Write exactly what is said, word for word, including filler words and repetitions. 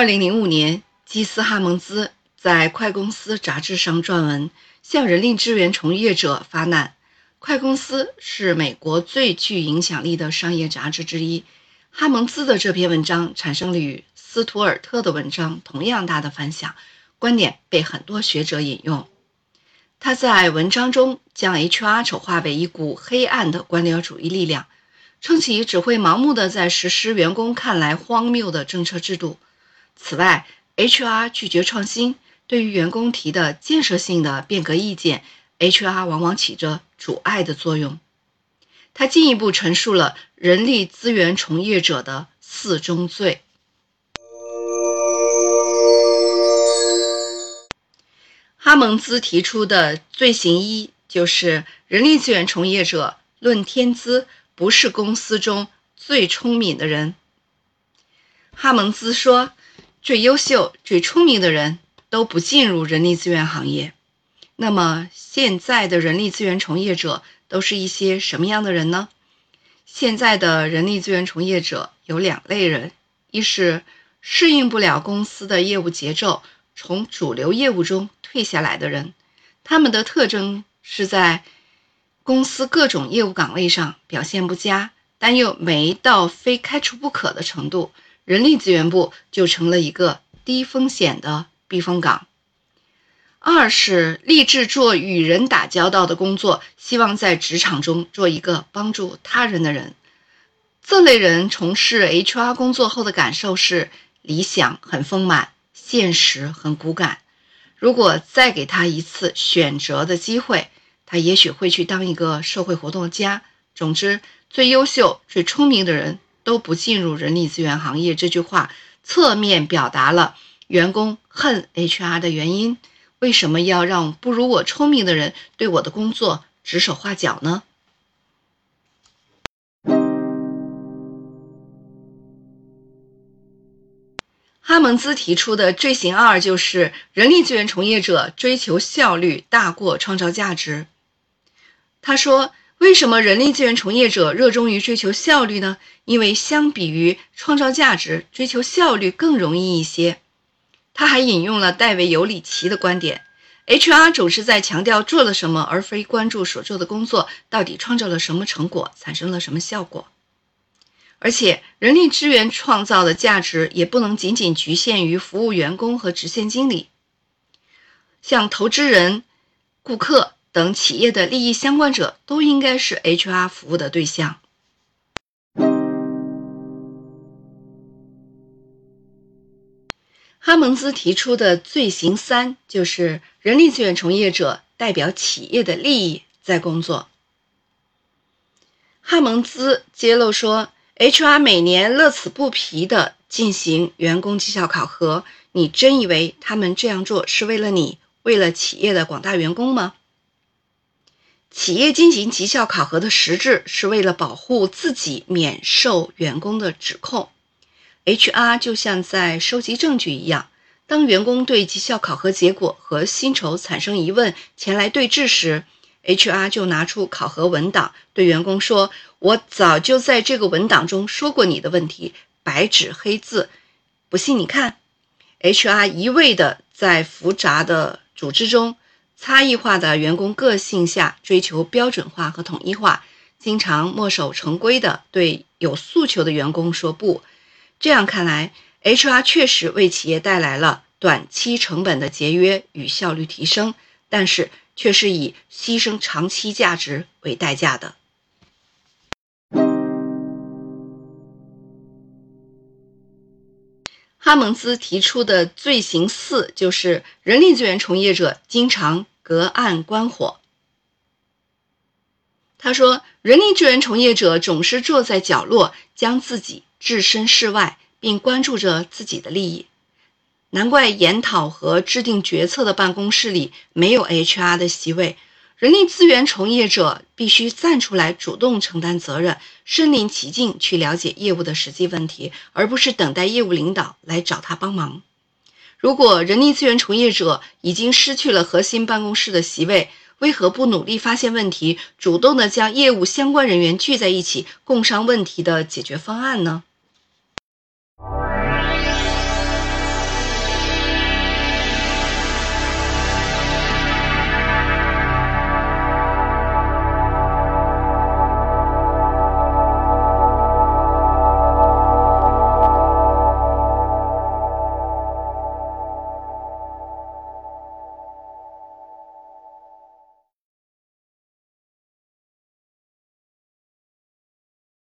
二零零五年，基斯哈蒙兹在快公司杂志上撰文，向人力资源从业者发难。快公司是美国最具影响力的商业杂志之一，哈蒙兹的这篇文章产生了与斯图尔特的文章同样大的反响，观点被很多学者引用。他在文章中将 H R 丑化为一股黑暗的官僚主义力量，称其只会盲目地在实施员工看来荒谬的政策制度。此外， H R 拒绝创新，对于员工提的建设性的变革意见， H R 往往起着阻碍的作用。他进一步陈述了人力资源从业者的四宗罪。哈蒙兹提出的罪行一就是人力资源从业者论天资不是公司中最聪明的人。哈蒙兹说，最优秀、最聪明的人都不进入人力资源行业。那么现在的人力资源从业者都是一些什么样的人呢？现在的人力资源从业者有两类人，一是适应不了公司的业务节奏，从主流业务中退下来的人，他们的特征是在公司各种业务岗位上表现不佳，但又没到非开除不可的程度，人力资源部就成了一个低风险的避风港。二是立志做与人打交道的工作，希望在职场中做一个帮助他人的人。这类人从事 H R 工作后的感受是理想很丰满，现实很骨感。如果再给他一次选择的机会，他也许会去当一个社会活动家。总之，最优秀、最聪明的人都不进入人力资源行业，这句话侧面表达了员工恨 H R 的原因。为什么要让不如我聪明的人对我的工作指手画脚呢？哈蒙兹提出的罪行二就是人力资源从业者追求效率大过创造价值。他说，为什么人力资源从业者热衷于追求效率呢？因为相比于创造价值，追求效率更容易一些。他还引用了戴维·尤里奇的观点， H R 总是在强调做了什么，而非关注所做的工作到底创造了什么成果，产生了什么效果。而且人力资源创造的价值也不能仅仅局限于服务员工和直线经理，像投资人、顾客等企业的利益相关者都应该是 H R 服务的对象。哈蒙兹提出的罪行三就是人力资源从业者代表企业的利益在工作。哈蒙兹揭露说， H R 每年乐此不疲地进行员工绩效考核，你真以为他们这样做是为了你，为了企业的广大员工吗？企业进行绩效考核的实质是为了保护自己免受员工的指控。H R 就像在收集证据一样，当员工对绩效考核结果和薪酬产生疑问，前来对质时， H R 就拿出考核文档，对员工说，我早就在这个文档中说过你的问题，白纸黑字，不信你看。 H R 一味地在复杂的组织中，差异化的员工个性下追求标准化和统一化，经常墨守成规地对有诉求的员工说不。这样看来， H R 确实为企业带来了短期成本的节约与效率提升，但是却是以牺牲长期价值为代价的。哈蒙兹提出的罪行四就是人力资源从业者经常隔岸观火。他说，人力资源从业者总是坐在角落，将自己置身事外，并关注着自己的利益。难怪研讨和制定决策的办公室里没有 H R 的席位。人力资源从业者必须站出来，主动承担责任，身临其境去了解业务的实际问题，而不是等待业务领导来找他帮忙。如果人力资源从业者已经失去了核心办公室的席位，为何不努力发现问题，主动地将业务相关人员聚在一起，共商问题的解决方案呢？